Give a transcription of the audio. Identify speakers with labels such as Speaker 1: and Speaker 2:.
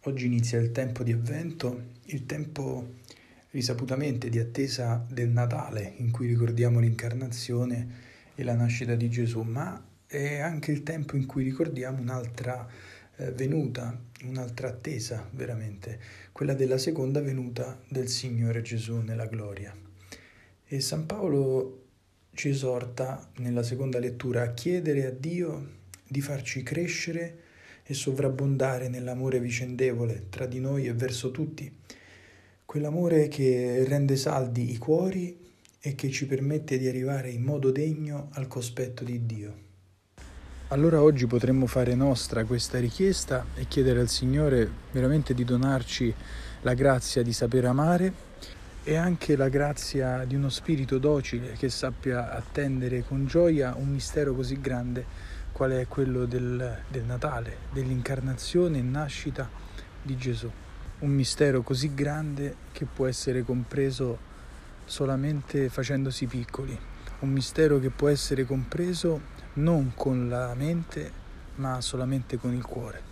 Speaker 1: Oggi inizia il tempo di Avvento, il tempo risaputamente di attesa del Natale, in cui ricordiamo l'incarnazione e la nascita di Gesù, ma è anche il tempo in cui ricordiamo un'altra venuta, un'altra attesa veramente, quella della seconda venuta del Signore Gesù nella gloria. E San Paolo ci esorta nella seconda lettura a chiedere a Dio di farci crescere e sovrabbondare nell'amore vicendevole tra di noi e verso tutti, quell'amore che rende saldi i cuori e che ci permette di arrivare in modo degno al cospetto di Dio. Allora oggi potremmo fare nostra questa richiesta e chiedere al Signore veramente di donarci la grazia di saper amare e anche la grazia di uno spirito docile che sappia attendere con gioia un mistero così grande quale è quello del Natale, dell'incarnazione e nascita di Gesù. Un mistero così grande che può essere compreso solamente facendosi piccoli, un mistero che può essere compreso non con la mente ma solamente con il cuore.